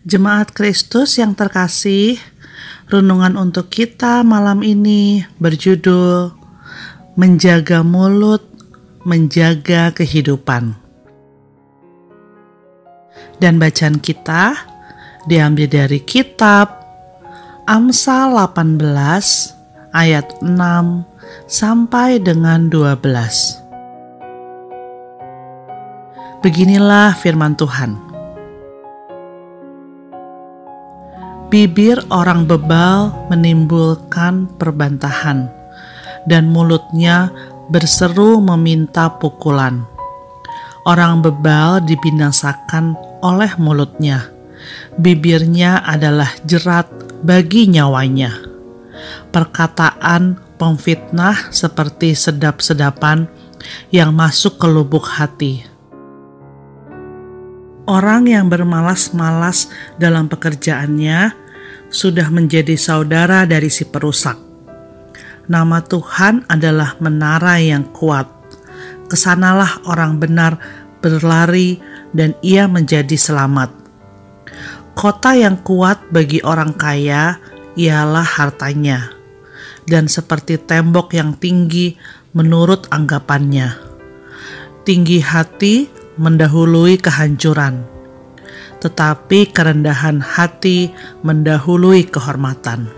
Jemaat Kristus yang terkasih, renungan untuk kita malam ini berjudul Menjaga Mulut, Menjaga Kehidupan. Dan bacaan kita diambil dari kitab Amsal 18 ayat 6 sampai dengan 12. Beginilah firman Tuhan. Bibir orang bebal menimbulkan perbantahan, dan mulutnya berseru meminta pukulan. Orang bebal dibinasakan oleh mulutnya, bibirnya adalah jerat bagi nyawanya. Perkataan pemfitnah seperti sedap-sedapan yang masuk ke lubuk hati. Orang yang bermalas-malas dalam pekerjaannya sudah menjadi saudara dari si perusak. Nama Tuhan adalah menara yang kuat. Kesanalah orang benar berlari dan ia menjadi selamat. Kota yang kuat bagi orang kaya ialah hartanya, dan seperti tembok yang tinggi menurut anggapannya. Tinggi hati mendahului kehancuran, tetapi kerendahan hati mendahului kehormatan.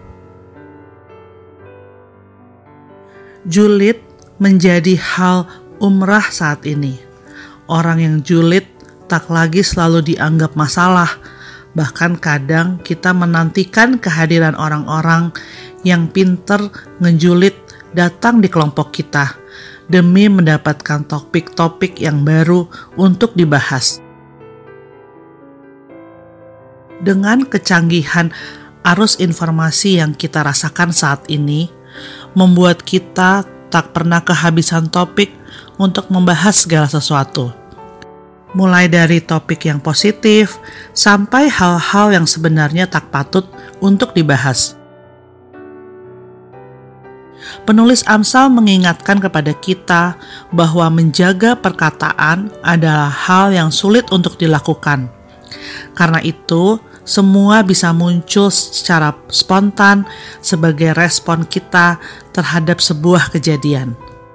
Julid menjadi hal umrah saat ini. Orang yang julid tak lagi selalu dianggap masalah, bahkan kadang kita menantikan kehadiran orang-orang yang pinter ngejulit datang di kelompok kita demi mendapatkan topik-topik yang baru untuk dibahas. Dengan kecanggihan arus informasi yang kita rasakan saat ini, membuat kita tak pernah kehabisan topik untuk membahas segala sesuatu. Mulai dari topik yang positif, sampai hal-hal yang sebenarnya tak patut untuk dibahas. Penulis Amsal mengingatkan kepada kita bahwa menjaga perkataan adalah hal yang sulit untuk dilakukan. Karena itu, semua bisa muncul secara spontan sebagai respon kita terhadap sebuah kejadian.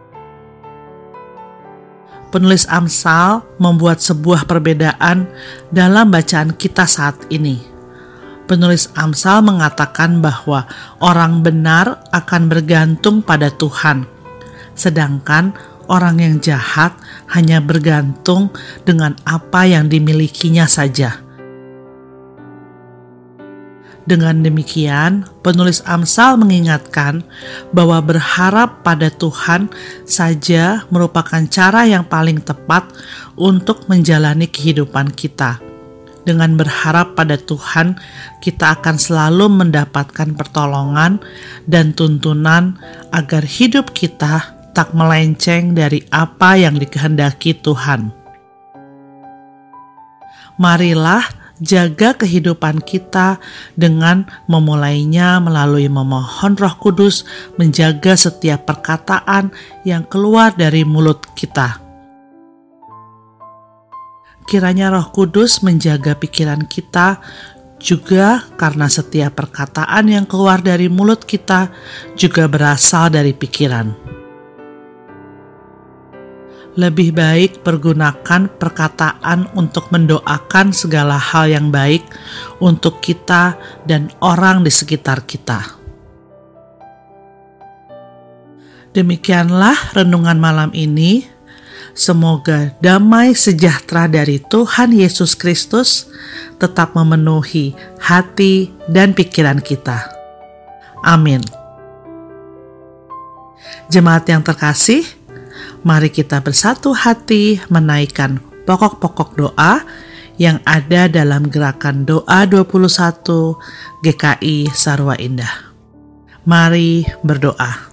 Penulis Amsal membuat sebuah perbedaan dalam bacaan kita saat ini. Penulis Amsal mengatakan bahwa orang benar akan bergantung pada Tuhan, sedangkan orang yang jahat hanya bergantung dengan apa yang dimilikinya saja. Dengan demikian, penulis Amsal mengingatkan bahwa berharap pada Tuhan saja merupakan cara yang paling tepat untuk menjalani kehidupan kita. Dengan berharap pada Tuhan, kita akan selalu mendapatkan pertolongan dan tuntunan agar hidup kita tak melenceng dari apa yang dikehendaki Tuhan. Marilah jaga kehidupan kita dengan memulainya melalui memohon Roh Kudus menjaga setiap perkataan yang keluar dari mulut kita. Kiranya Roh Kudus menjaga pikiran kita juga karena setiap perkataan yang keluar dari mulut kita juga berasal dari pikiran. Lebih baik pergunakan perkataan untuk mendoakan segala hal yang baik untuk kita dan orang di sekitar kita. Demikianlah renungan malam ini. Semoga damai sejahtera dari Tuhan Yesus Kristus tetap memenuhi hati dan pikiran kita. Amin. Jemaat yang terkasih, mari kita bersatu hati menaikkan pokok-pokok doa yang ada dalam gerakan doa 21 GKI Sarwa Indah. Mari berdoa.